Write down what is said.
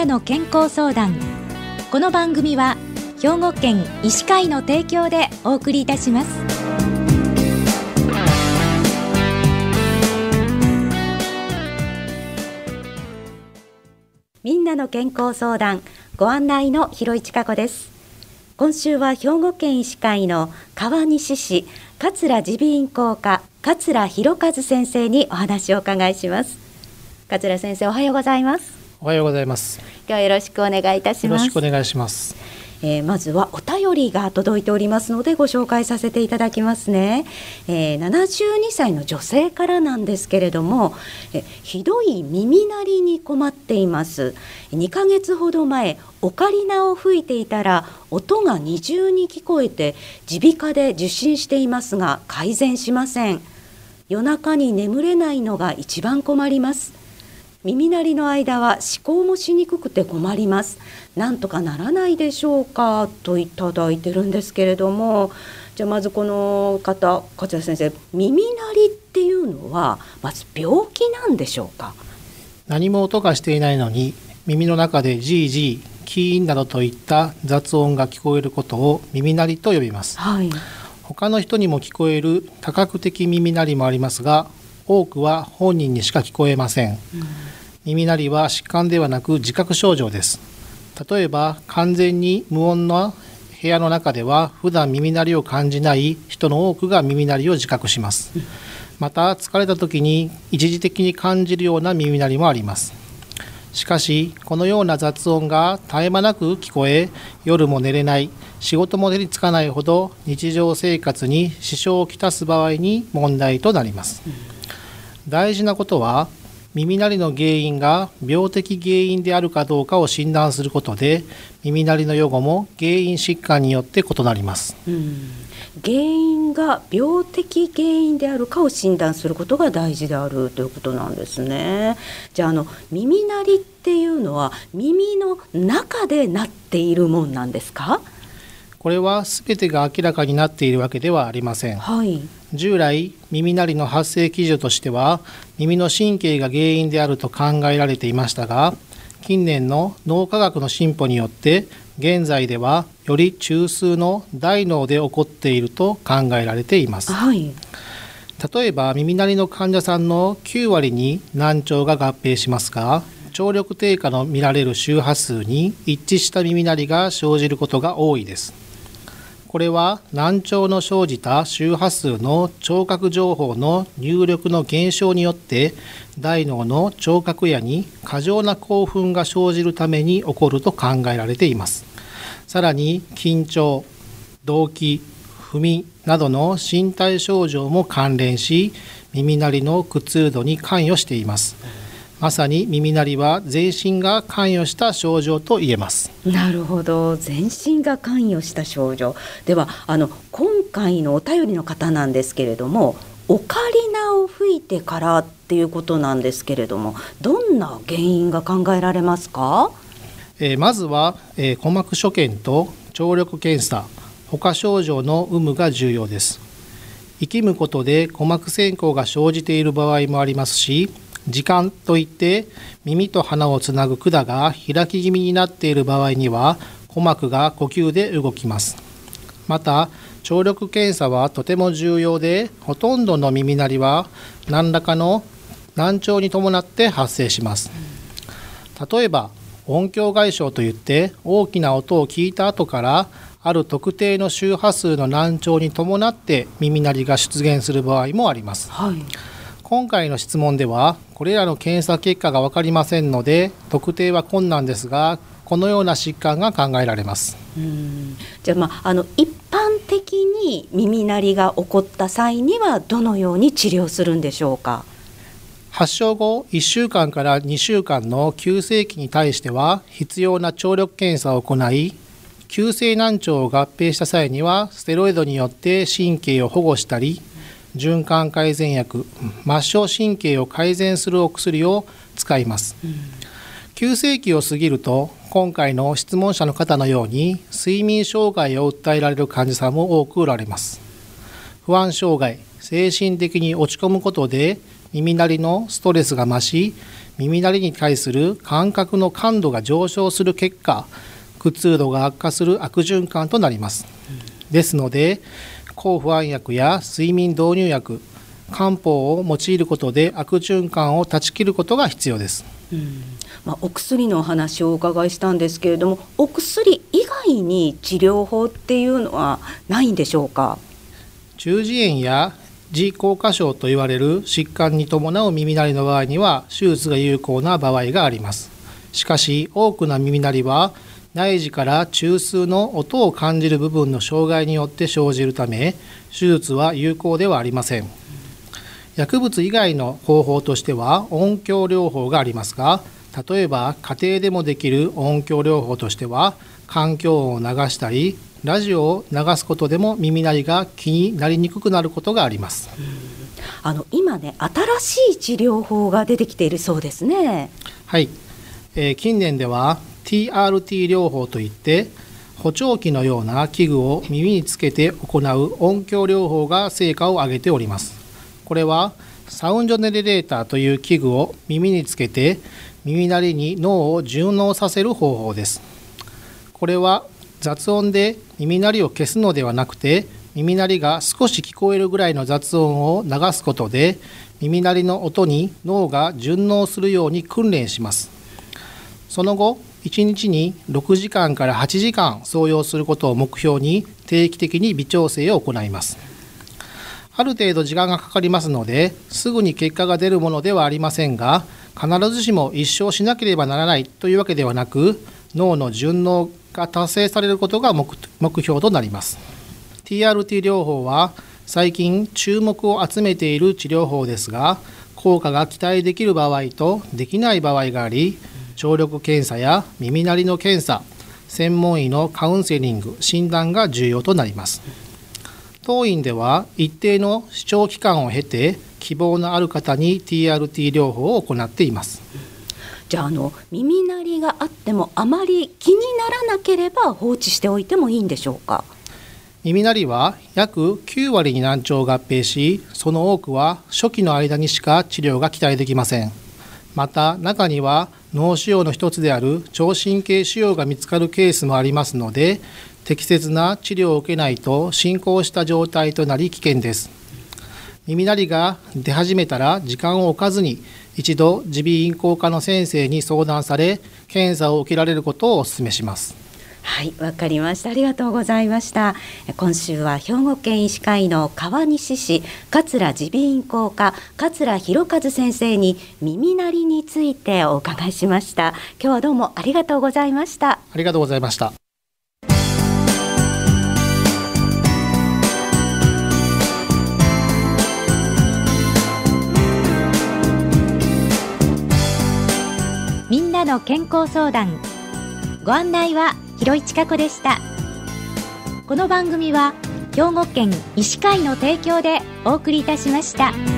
なの健康相談。この番組は兵庫県医師会の提供でお送りいたします。みんなの健康相談、ご案内の広市加子です。今週は兵庫県医師会の川西市桂耳鼻咽喉科桂博和先生にお話をお伺いします。桂先生、おはようございます。 おはようございます。 今日はよろしくお願いいたします。 よろしくお願いします。 まずはお便りが届いておりますのでご紹介させていただきますね。72歳の女性からなんですけれども、ひどい耳鳴りに困っています。2ヶ月ほど前、オカリナを吹いていたら音が二重に聞こえて耳鼻科で受診していますが改善しません。夜中に眠れないのが一番困ります。耳鳴りの間は思考もしにくくて困ります。なんとかならないでしょうか、といただいてるんですけれども、じゃあまずこの方、桂先生、耳鳴りっていうのはまず病気なんでしょうか？ 何も音がしていないのに耳の中でジージー、キーンなどといった雑音が聞こえることを耳鳴りと呼びます。 はい、 他の人にも聞こえる多角的耳鳴りもありますが、多くは本人にしか聞こえません。耳鳴りは疾患ではなく自覚症状です。例えば完全に無音な部屋の中では普段耳鳴りを感じない人の多くが耳鳴りを自覚します。また疲れた時に一時的に感じるような耳鳴りもあります。しかしこのような雑音が絶え間なく聞こえ、夜も寝れない、仕事も手につかないほど日常生活に支障をきたす場合に問題となります。大事なことは耳鳴りの原因が病的原因であるかどうかを診断することで、耳鳴りの予後も原因疾患によって異なります。 原因が病的原因であるかを診断することが大事であるということなんですね。じゃあ、耳鳴りっていうのは耳の中で鳴っているもんなんですか？ これは全てが明らかになっているわけではありません。 はい、 従来耳鳴りの発生基準としては耳の神経が原因であると考えられていましたが、近年の脳科学の進歩によって現在ではより中枢の大脳で起こっていると考えられています。 はい、 例えば耳鳴りの患者さんの9割に難聴が合併しますが、聴力低下の見られる周波数に一致した耳鳴りが生じることが多いです。これは難聴の生じた周波数の聴覚情報の入力の減少によって大脳の聴覚野に過剰な興奮が生じるために起こると考えられています。さらに緊張、動悸、不眠などの身体症状も関連し、耳鳴りの苦痛度に関与しています。まさに耳鳴りは全身が関与した症状と言えます。 なるほど、全身が関与した症状では、今回のお便りの方なんですけれども、オカリナを吹いてからっていうことなんですけれども、どんな原因が考えられますか？ まずは、鼓膜所見と聴力検査、他症状の有無が重要です。息むことで鼓膜穿孔が生じている場合もありますし、耳管といって耳と鼻をつなぐ管が開き気味になっている場合には鼓膜が呼吸で動きます。また聴力検査はとても重要で、ほとんどの耳鳴りは何らかの難聴に伴って発生します。例えば音響外傷といって大きな音を聞いた後からある特定の周波数の難聴に伴って耳鳴りが出現する場合もあります。 はい、 今回の質問ではこれらの検査結果が分かりませんので特定は困難ですが、このような疾患が考えられます。 じゃあ、一般的に耳鳴りが起こった際にはどのように治療するんでしょうか？ 発症後1週間から2週間の急性期に対しては必要な聴力検査を行い、急性難聴を合併した際にはステロイドによって神経を保護したり、循環改善薬、末梢神経を改善するお薬を使います。急性期を過ぎると今回の質問者の方のように睡眠障害を訴えられる患者さんも多くおられます。不安障害、精神的に落ち込むことで耳鳴りのストレスが増し、耳鳴りに対する感覚の感度が上昇する結果、苦痛度が悪化する悪循環となります。ですので、抗不安薬や睡眠導入薬、漢方を用いることで悪循環を断ち切ることが必要です。 お薬のお話をお伺いしたんですけれども、お薬以外に治療法っていうのはないんでしょうか？ 中耳炎や耳硬化症といわれる疾患に伴う耳鳴りの場合には手術が有効な場合があります。しかし多くの耳鳴りは内耳から中枢の音を感じる部分の障害によって生じるため、手術は有効ではありません。薬物以外の方法としては音響療法がありますが、例えば家庭でもできる音響療法としては、環境音を流したりラジオを流すことでも耳鳴りが気になりにくくなることがあります。 今ね、新しい治療法が出てきているそうですね。 はい、近年では TRT 療法といって補聴器のような器具を耳につけて行う音響療法が成果を上げております。これはサウンドジェネレーターという器具を耳につけて耳鳴りに脳を順応させる方法です。これは雑音で耳鳴りを消すのではなくて、耳鳴りが少し聞こえるぐらいの雑音を流すことで耳鳴りの音に脳が順応するように訓練します。その後1日に6時間から8時間装用することを目標に定期的に微調整を行います。ある程度時間がかかりますので、すぐに結果が出るものではありませんが、必ずしも一生しなければならないというわけではなく、脳の順応が達成されることが目標となります。 TRT 療法は最近注目を集めている治療法ですが、効果が期待できる場合とできない場合があり、聴力検査や耳鳴りの検査、専門医のカウンセリング、診断が重要となります。当院では一定の視聴期間を経て希望のある方に TRT 療法を行っています。 じゃあ、耳鳴りがあってもあまり気にならなければ放置しておいてもいいんでしょうか？ 耳鳴りは約9割に難聴を合併し、その多くは初期の間にしか治療が期待できません。また中には脳腫瘍の一つである聴神経腫瘍が見つかるケースもありますので、適切な治療を受けないと進行した状態となり危険です。耳鳴りが出始めたら時間を置かずに一度耳鼻咽喉科の先生に相談され、検査を受けられることをお勧めします。 はい、わかりました。ありがとうございました。今週は兵庫県医師会の川西市桂耳鼻咽喉科桂博和先生に耳鳴りについてお伺いしました。今日はどうもありがとうございました。 ありがとうございました。 みんなの健康相談、ご案内は広市加子でした。この番組は兵庫県医師会の提供でお送りいたしました。